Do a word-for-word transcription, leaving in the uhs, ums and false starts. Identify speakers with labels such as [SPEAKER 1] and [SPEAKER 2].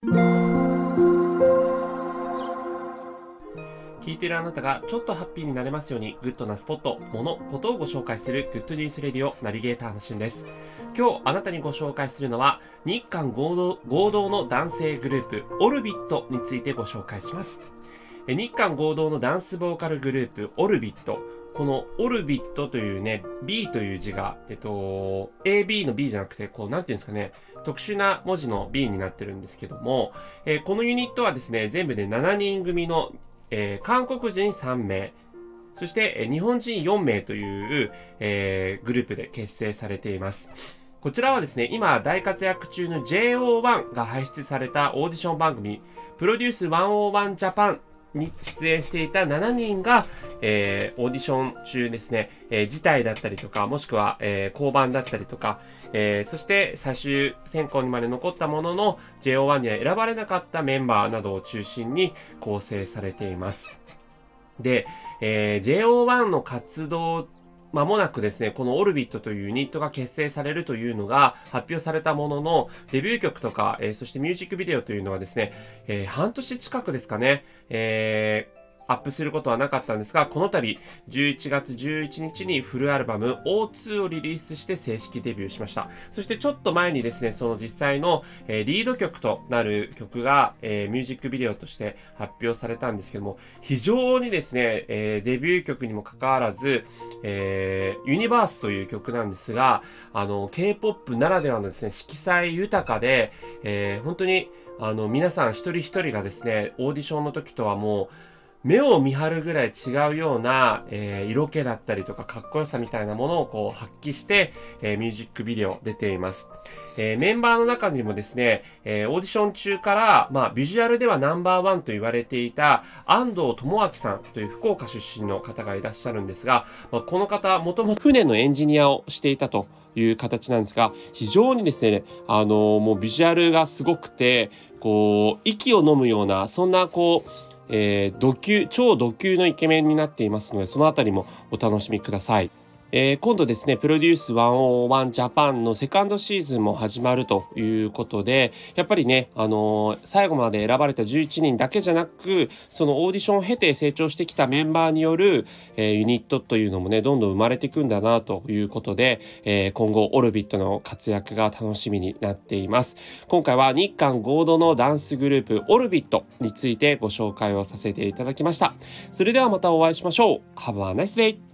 [SPEAKER 1] 聞いているあなたがちょっとハッピーになれますように、グッドなスポット、もの、ことをご紹介するグッドニュースレディオナビゲーターのしゅんです。今日あなたにご紹介するのは、日韓合同、合同の男性グループ、オルビットについてご紹介します。日韓合同のダンスボーカルグループ、オルビット。このオルビットというね、B という字が、えっと、エービー の B じゃなくて、こう、なんていうんですかね、特殊な文字の B になってるんですけども、えーこのユニットはですね、全部でしちにん組のえー韓国人さんめい、そして、えー日本人よんめいという、えーグループで結成されています。こちらはですね、今大活躍中の ジェイオーワン が輩出されたオーディション番組、プロデュースひゃくいちジャパンに出演していたしちにんが、えーオーディション中ですね、えー辞退だったりとか、もしくは、えー降板だったりとか、えーそして最終選考にまで残ったものの ジェイオーワン には選ばれなかったメンバーなどを中心に構成されています。で、えー ジェイオーワン の活動間もなくですね、このオルビットというユニットが結成されるというのが発表されたものの、デビュー曲とか、えーそしてミュージックビデオというのはですね、えー半年近くですかね、えーアップすることはなかったんですが、この度じゅういちがつじゅういちにちにフルアルバム オーツー をリリースして正式デビューしました。そしてちょっと前にですね、その実際の、えーリード曲となる曲が、えーミュージックビデオとして発表されたんですけども、非常にですね、えーデビュー曲にもかかわらず、えーユニバースという曲なんですが、あの K-ポップ ならではのですね、色彩豊かで、えー本当にあの皆さん一人一人がですね、オーディションの時とはもう目を見張るぐらい違うような、えー色気だったりとかかっこよさみたいなものをこう発揮して、えーミュージックビデオ出ています。えーメンバーの中にもですね、えーオーディション中から、まあ、ビジュアルではナンバーワンと言われていた安藤智明さんという福岡出身の方がいらっしゃるんですが、まあ、この方、もともと船のエンジニアをしていたという形なんですが、非常にですね、あのーもうビジュアルがすごくて、こう、息を飲むような、そんなこう、えー、ド級、超ド級のイケメンになっていますので、そのあたりもお楽しみください。えー今度ですね、プロデュースひゃくいちジャパンのセカンドシーズンも始まるということで、やっぱりね、あのー最後まで選ばれたじゅういちにんだけじゃなく、そのオーディションを経て成長してきたメンバーによる、えーユニットというのもね、どんどん生まれていくんだなということで、えー今後オルビットの活躍が楽しみになっています。今回は日韓合同のダンスグループオルビットについてご紹介をさせていただきました。それではまたお会いしましょう。Have a nice day!